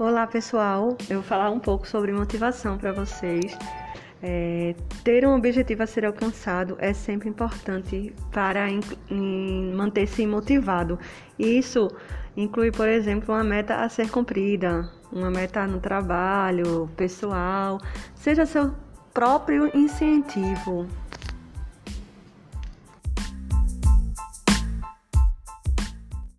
Olá pessoal, eu vou falar um pouco sobre motivação para vocês. Ter um objetivo a ser alcançado é sempre importante para manter-se motivado. Isso inclui, por exemplo, uma meta a ser cumprida, uma meta no trabalho, pessoal, seja seu próprio incentivo.